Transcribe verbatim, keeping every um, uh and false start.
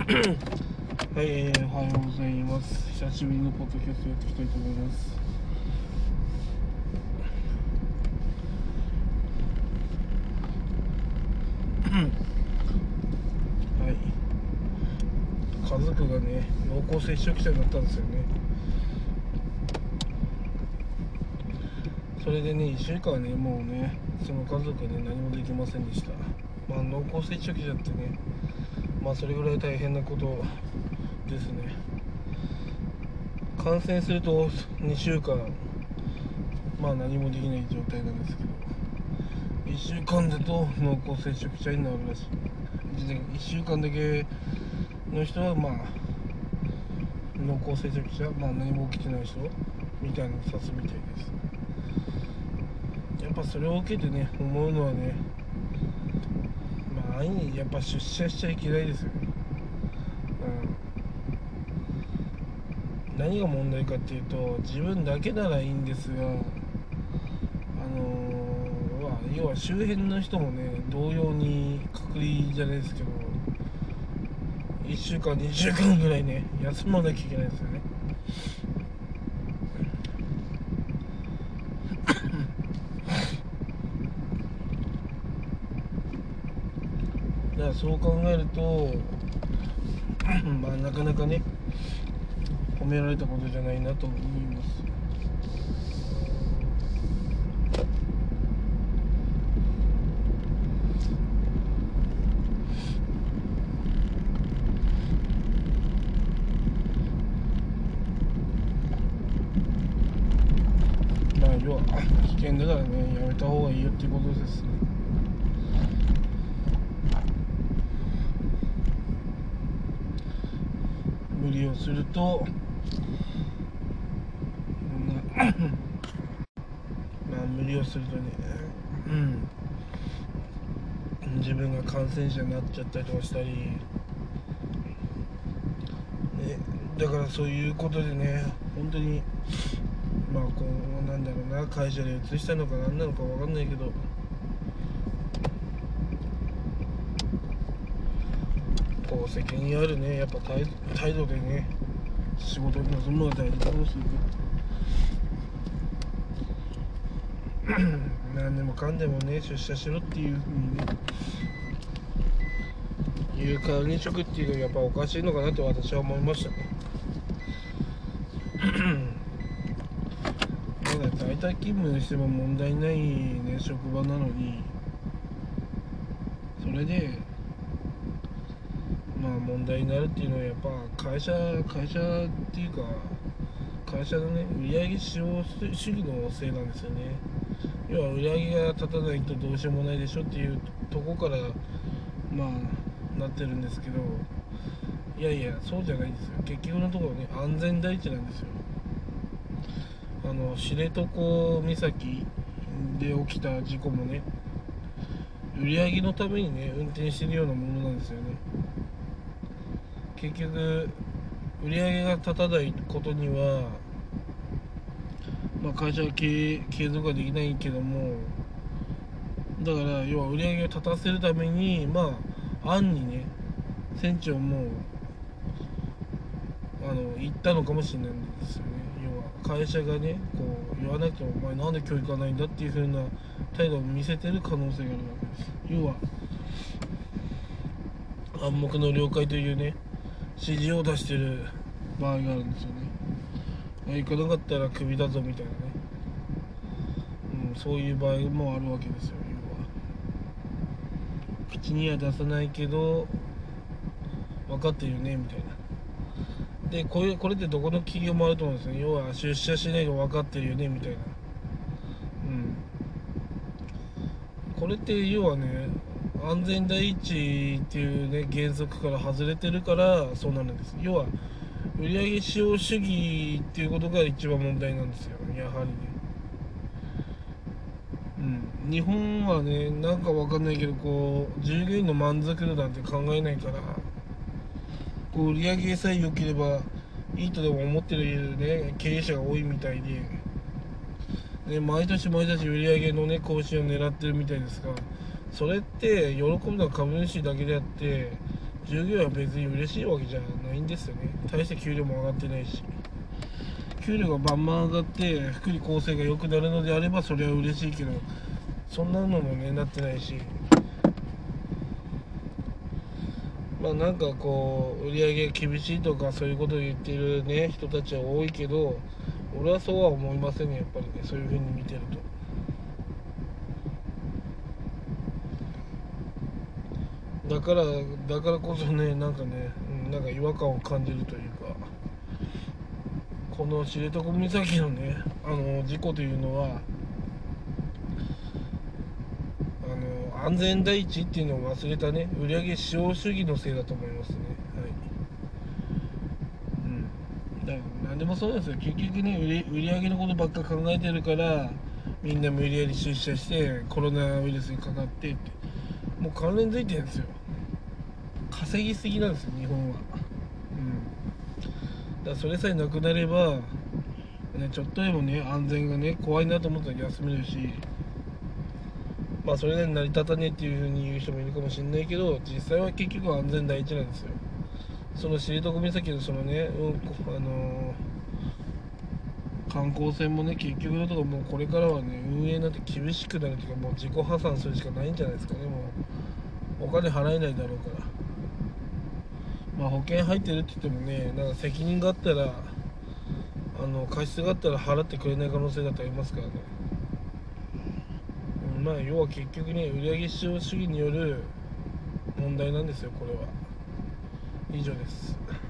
はい、えー、おはようございます。久しぶりのポッドキャストやっていきたいと思います。はい、家族がね、濃厚接触者になったんですよね。それでね、いっしゅうかんはね、もうね、その家族ね、何もできませんでした。まあ、濃厚接触者ってね、まあ、それぐらい大変なことですね。感染するとにしゅうかん、まあ何もできない状態なんですけど、いっしゅうかんだと濃厚接触者になるらしい。いっしゅうかんだけの人はまあ濃厚接触者、まあ何も起きてない人みたいなのを指すみたいです。やっぱそれを受けてね、思うのはね、まあ安易にやっぱ出社しちゃいけないですよね。うん、何が問題かっていうと、自分だけならいいんですが、あのーまあ、要は周辺の人もね同様に隔離じゃないですけど、いっしゅうかんにしゅうかんぐらいね休まなきゃいけないですよね。だからそう考えるとまあなかなかね褒められたことじゃないなと思います。まあ要は危険だからね、やめた方がいいよっていうことですね。無理をするとまあ無理をするとね、うん自分が感染者になっちゃったりとかしたり、ね、だからそういうことでね、本当にまあこうなんだろうな、会社で移したのか何なのか分かんないけど、こう責任あるね、やっぱ態態度でね仕事に臨むのが大事だと思うし、何でもかんでもね出社しろっていうふうにねいう管理職っていうのはやっぱおかしいのかなと私は思いましたね。まだ在宅勤務にしても問題ないね職場なのに、それでまあ問題になるっていうのはやっぱ会社会社っていうか会社のね売上使用主義のせいなんですよね。要は売上が立たないとどうしようもないでしょっていうとこからまあなってるんですけど、いやいやそうじゃないんですよ。結局のところね安全第一なんですよ。あの知床岬で起きた事故もね売上のためにね運転してるようなものなんですよね。結局売上が立たないことには、まあ、会社は経継続はできないけども、だから要は売上を立たせるためにまあ暗にね船長もあの言ったのかもしれないんですよね。要は会社がねこう言わなくてもお前なんで今日行かないんだっていう風な態度を見せてる可能性があるわけです。要は暗黙の了解というね指示を出してる場合があるんですよね。行かなかったらクビだぞみたいなね、うん、そういう場合もあるわけですよ。要は口には出さないけど分かってるよねみたいな。でこれこれってどこの企業もあると思うんですよ。要は出社しないと分かってるよねみたいな。うんこれって要はね安全第一っていうね原則から外れてるからそうなるんです。要は売上使用主義っていうことが一番問題なんですよ、やはりね。うん、日本はねなんかわかんないけどこう従業員の満足度なんて考えないから、こう売上さえ良ければいいとでも思ってる、ね、経営者が多いみたいで、ね、毎年毎年売上のね更新を狙ってるみたいですが、それって喜ぶのは株主だけであって従業員は別に嬉しいわけじゃないんですよね。大して給料も上がってないし、給料がバンバン上がって福利厚生が良くなるのであればそれは嬉しいけど、そんなのもねなってないし、まあなんかこう売り上げが厳しいとかそういうことを言ってるね人たちは多いけど、俺はそうは思いませんね、やっぱりね、そういう風に見てると。だからだからこそね、なんかね、うん、なんか違和感を感じるというか、この知床岬のねあの事故というのは、あの安全第一っていうのを忘れたね売上至上主義のせいだと思いますね。はい、うん、だから何でもそうなんですよ。結局ね、売り売上のことばっか考えてるから、みんな無理やり出社してコロナウイルスにかかってって、もう関連づいてるんですよ。稼ぎすぎなんですよ日本は。うん、だからそれさえなくなれば、ね、ちょっとでもね安全がね怖いなと思ったら休めるし、まあそれで成り立たねえっていう風に言う人もいるかもしれないけど、実際は結局安全第一なんですよ。その知床岬のそのね、うん、あのー観光船もね結局のところもうこれからはね運営なんて厳しくなるというか、もう自己破産するしかないんじゃないですかね。もうお金払えないだろうから、まあ保険入ってるって言ってもね、なんか責任があったら、あの過失があったら払ってくれない可能性だってありますからね。うん、まあ要は結局ね売上至上主義による問題なんですよ、これは。以上です。